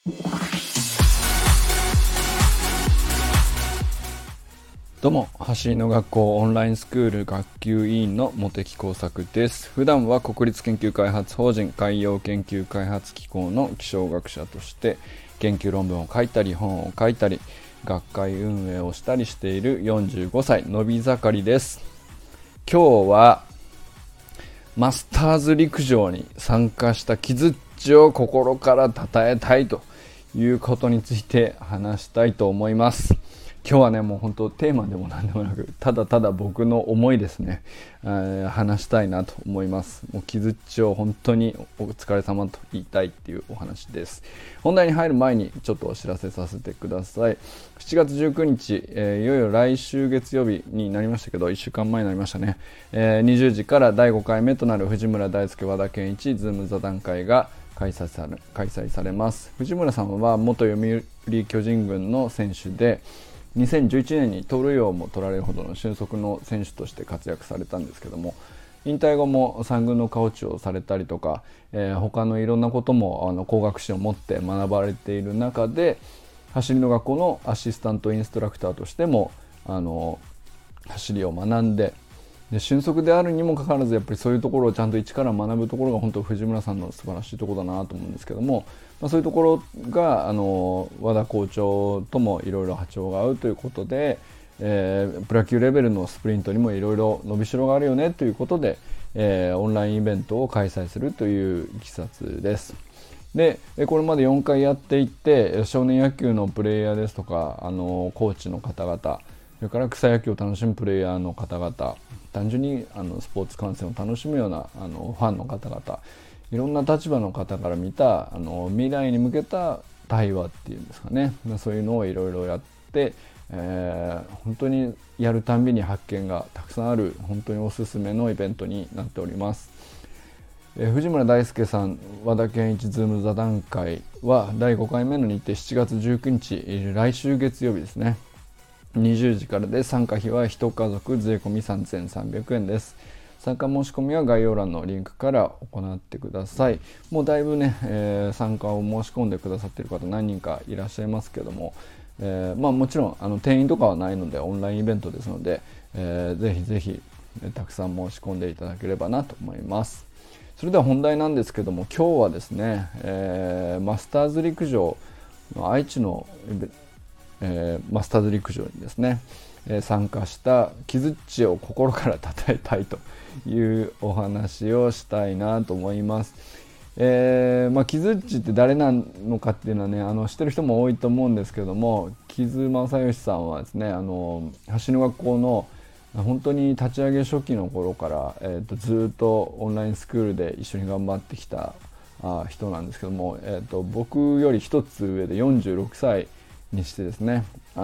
どうも、走りの学校オンラインスクール学級委員の茂木耕作です。普段は国立研究開発法人海洋研究開発機構の気象学者として研究論文を書いたり本を書いたり学会運営をしたりしている45歳のび盛りです。今日はマスターズ陸上に参加した木槌を心から称えたいということについて話したいと思います。今日はね、もう本当テーマでも何でもなく、ただただ僕の思いですね、話したいなと思います。もう木槌を本当にお疲れ様と言いたいっていうお話です。本題に入る前にちょっとお知らせさせてください。7月19日、いよいよ来週月曜日になりましたけど、1週間前になりましたね。20時から第5回目となる藤村大輔和田健一ズーム座談会が開催されます。藤村さんは元読売巨人軍の選手で、2011年に盗塁王も取られるほどの俊足の選手として活躍されたんですけども、引退後も3軍のコーチをされたりとか、他のいろんなことも工学士を持って学ばれている中で、走りの学校のアシスタントインストラクターとしても走りを学んで、俊足であるにもかかわらずやっぱりそういうところをちゃんと一から学ぶところが本当藤村さんの素晴らしいところだなと思うんですけども、そういうところが和田校長ともいろいろ波長が合うということで、プロ野球レベルのスプリントにもいろいろ伸びしろがあるよねということで、オンラインイベントを開催するといういきさつです。でこれまで4回やっていって少年野球のプレイヤーですとかコーチの方々、それから草野球を楽しむプレイヤーの方々、単純にスポーツ観戦を楽しむようなファンの方々、いろんな立場の方から見た未来に向けた対話っていうんですかね、そういうのをいろいろやって、本当にやるたんびに発見がたくさんある本当におすすめのイベントになっております。藤村大輔さん和田健一ズーム座談会は第5回目の日程7月19日来週月曜日ですね、20時からで、参加費は1家族税込み3300円です。参加申し込みは概要欄のリンクから行ってください。もうだいぶね、参加を申し込んでくださっている方何人かいらっしゃいますけども、もちろん定員とかはないのでオンラインイベントですので、ぜひぜひたくさん申し込んでいただければなと思います。それでは本題なんですけども、今日はですね、マスターズ陸上愛知のマスターズ陸上にですね、参加した木槌を心から称えたいというお話をしたいなと思います。木槌って誰なのかっていうのはね、知ってる人も多いと思うんですけども、木津正義さんはですね、走りの学校の本当に立ち上げ初期の頃から、ずっとオンラインスクールで一緒に頑張ってきた人なんですけども、僕より一つ上で46歳にしてですね、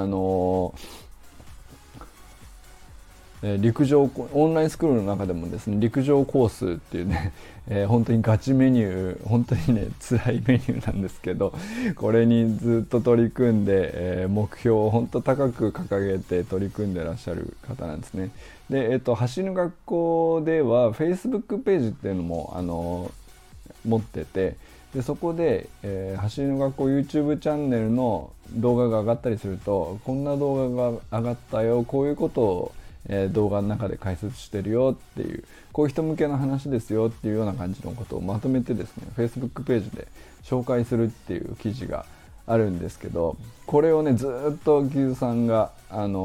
陸上オンラインスクールの中でもですね、陸上コースっていうね、本当にガチメニュー、本当にね辛いメニューなんですけど、これにずっと取り組んで、目標を本当高く掲げて取り組んでらっしゃる方なんですね。で、走る学校では Facebook ページっていうのも持ってて、でそこで、走りの学校 YouTube チャンネルの動画が上がったりすると、こんな動画が上がったよ、こういうことを、動画の中で解説してるよっていう、こういう人向けの話ですよっていうような感じのことをまとめてですね、 Facebook ページで紹介するっていう記事があるんですけど、これをねずっと木津さんが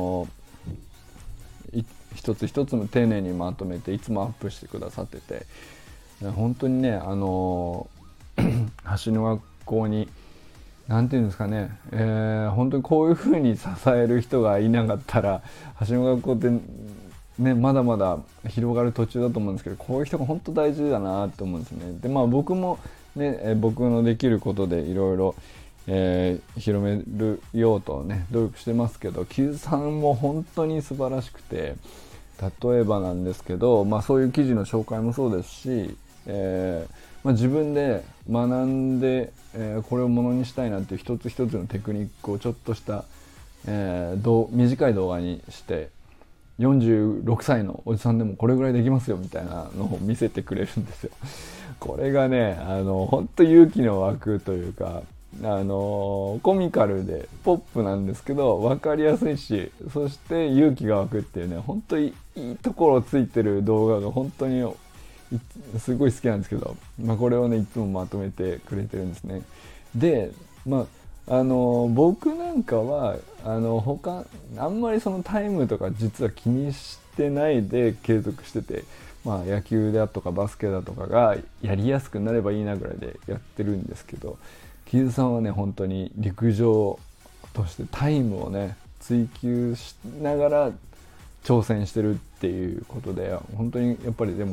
一つ一つも丁寧にまとめていつもアップしてくださってて、本当にね橋の学校になんていうんですかね、本当にこういう風に支える人がいなかったら橋の学校ってねまだまだ広がる途中だと思うんですけど、こういう人が本当大事だなって思うんですね。で僕もね、僕のできることでいろいろ広めるようとね努力してますけど、木津さんも本当に素晴らしくて、例えばなんですけど、そういう記事の紹介もそうですし、自分で学んで、これをものにしたいなっていう一つ一つのテクニックをちょっとした、短い動画にして46歳のおじさんでもこれぐらいできますよみたいなのを見せてくれるんですよ。これがね本当勇気の湧くというか、 コミカルでポップなんですけど分かりやすいし、そして勇気が湧くっていうね、本当にいいところついてる動画が本当にすごい好きなんですけど、これをねいつもまとめてくれてるんですね。で僕なんかはあんまりそのタイムとか実は気にしてないで継続してて、野球だとかバスケだとかがやりやすくなればいいなぐらいでやってるんですけど、木津さんはね本当に陸上としてタイムをね追求しながら挑戦してるっていうことで、本当にやっぱりでも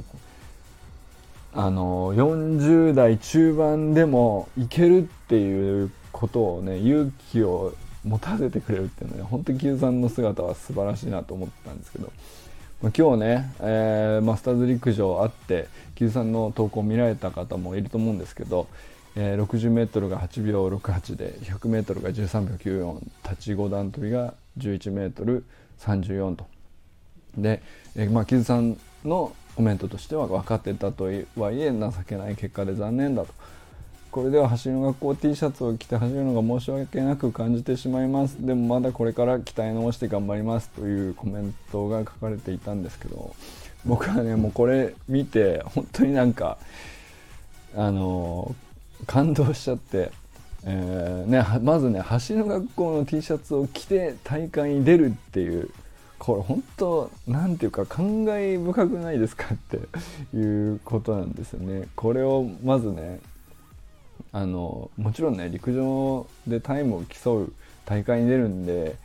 40代中盤でもいけるっていうことをね、勇気を持たせてくれるっていうのは、ね、本当に木津さんの姿は素晴らしいなと思ったんですけど、今日ね、マスターズ陸上あって木津さんの投稿を見られた方もいると思うんですけど、60m が8秒68で 100m が13秒94、立ち5段跳びが 11m34 とで、木津さんのコメントとしては、分かってたとはいえ情けない結果で残念だと、これでは走りの学校 T シャツを着て走るのが申し訳なく感じてしまいます、でもまだこれから鍛え直して頑張りますというコメントが書かれていたんですけど、僕はねもうこれ見て本当に感動しちゃって、まずね走りの学校の T シャツを着て大会に出るっていう、これ本当なんていうか感慨深くないですかっていうことなんですよね。これをまずねもちろんね陸上でタイムを競う大会に出るんで、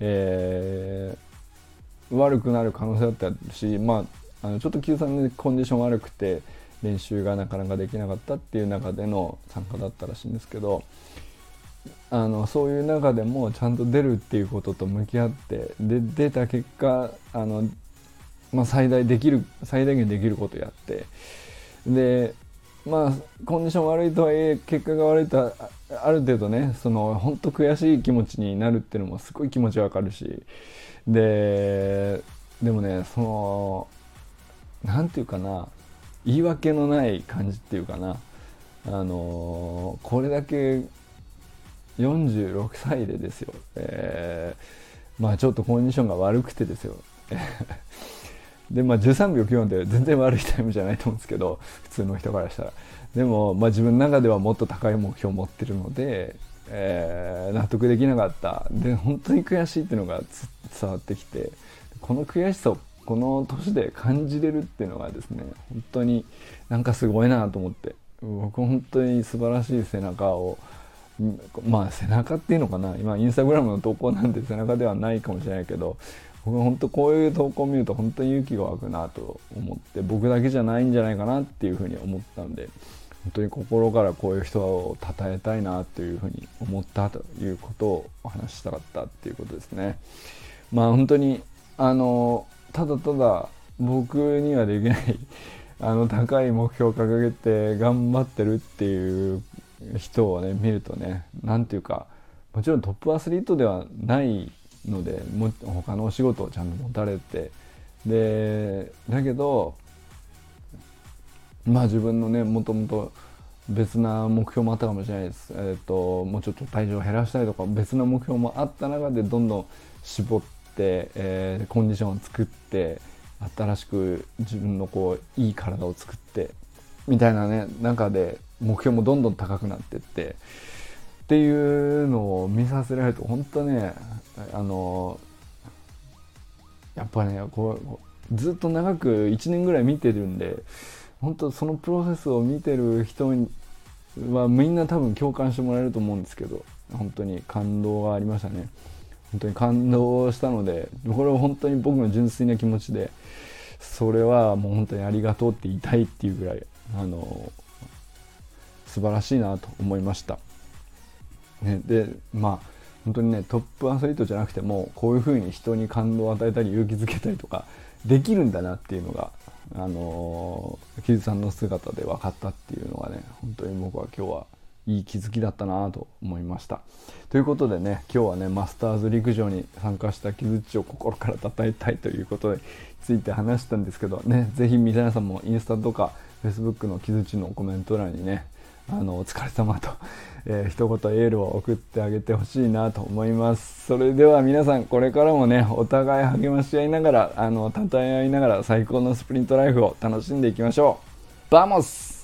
悪くなる可能性だったし、ちょっと木津さんのコンディション悪くて練習がなかなかできなかったっていう中での参加だったらしいんですけど、そういう中でもちゃんと出るっていうことと向き合って、で出た結果最大限できることやって、でコンディション悪いとはいえ結果が悪いとある程度ね本当悔しい気持ちになるっていうのもすごい気持ちわかるし、でもねなんていうかな、言い訳のない感じっていうかな、これだけ46歳でですよ、ちょっとコンディションが悪くてですよで13秒94って全然悪いタイムじゃないと思うんですけど、普通の人からしたら。でも、自分の中ではもっと高い目標を持ってるので、納得できなかった。で本当に悔しいっていうのが伝わってきて、この悔しさをこの年で感じれるっていうのがですね、本当にすごいなと思って、僕本当に素晴らしい背中を、背中っていうのかな、今インスタグラムの投稿なんて背中ではないかもしれないけど、僕は本当こういう投稿を見ると本当に勇気が湧くなと思って、僕だけじゃないんじゃないかなっていうふうに思ったんで、本当に心からこういう人を称えたいなというふうに思ったということをお話ししたかったっていうことですね。本当にただただ僕にはできない高い目標を掲げて頑張ってるっていう人をね見るとね、なんていうか、もちろんトップアスリートではないので、他のお仕事をちゃんと持たれて、でだけど自分のねもともと別な目標もあったかもしれないです。もうちょっと体重を減らしたりとか別な目標もあった中でどんどん絞って、コンディションを作って、新しく自分のいい体を作ってみたいなね中で目標もどんどん高くなってってっていうのを見させられると、本当ねやっぱねずっと長く1年ぐらい見てるんで、本当そのプロセスを見てる人はみんな多分共感してもらえると思うんですけど、本当に感動がありましたね。本当に感動したので、これは本当に僕の純粋な気持ちで、それはもう本当にありがとうって言いたいっていうぐらい素晴らしいなと思いました、ね。で本当にねトップアスリートじゃなくてもこういう風に人に感動を与えたり勇気づけたりとかできるんだなっていうのが木津さんの姿で分かったっていうのがね、本当に僕は今日はいい気づきだったなと思いました。ということでね、今日はねマスターズ陸上に参加した木津を心から称えたいということについて話したんですけどね、ぜひ皆さんもインスタとかフェイスブックの木津のコメント欄にねお疲れ様と、一言エールを送ってあげてほしいなと思います。それでは皆さん、これからもね、お互い励まし合いながら、称え合いながら最高のスプリントライフを楽しんでいきましょう。バモス。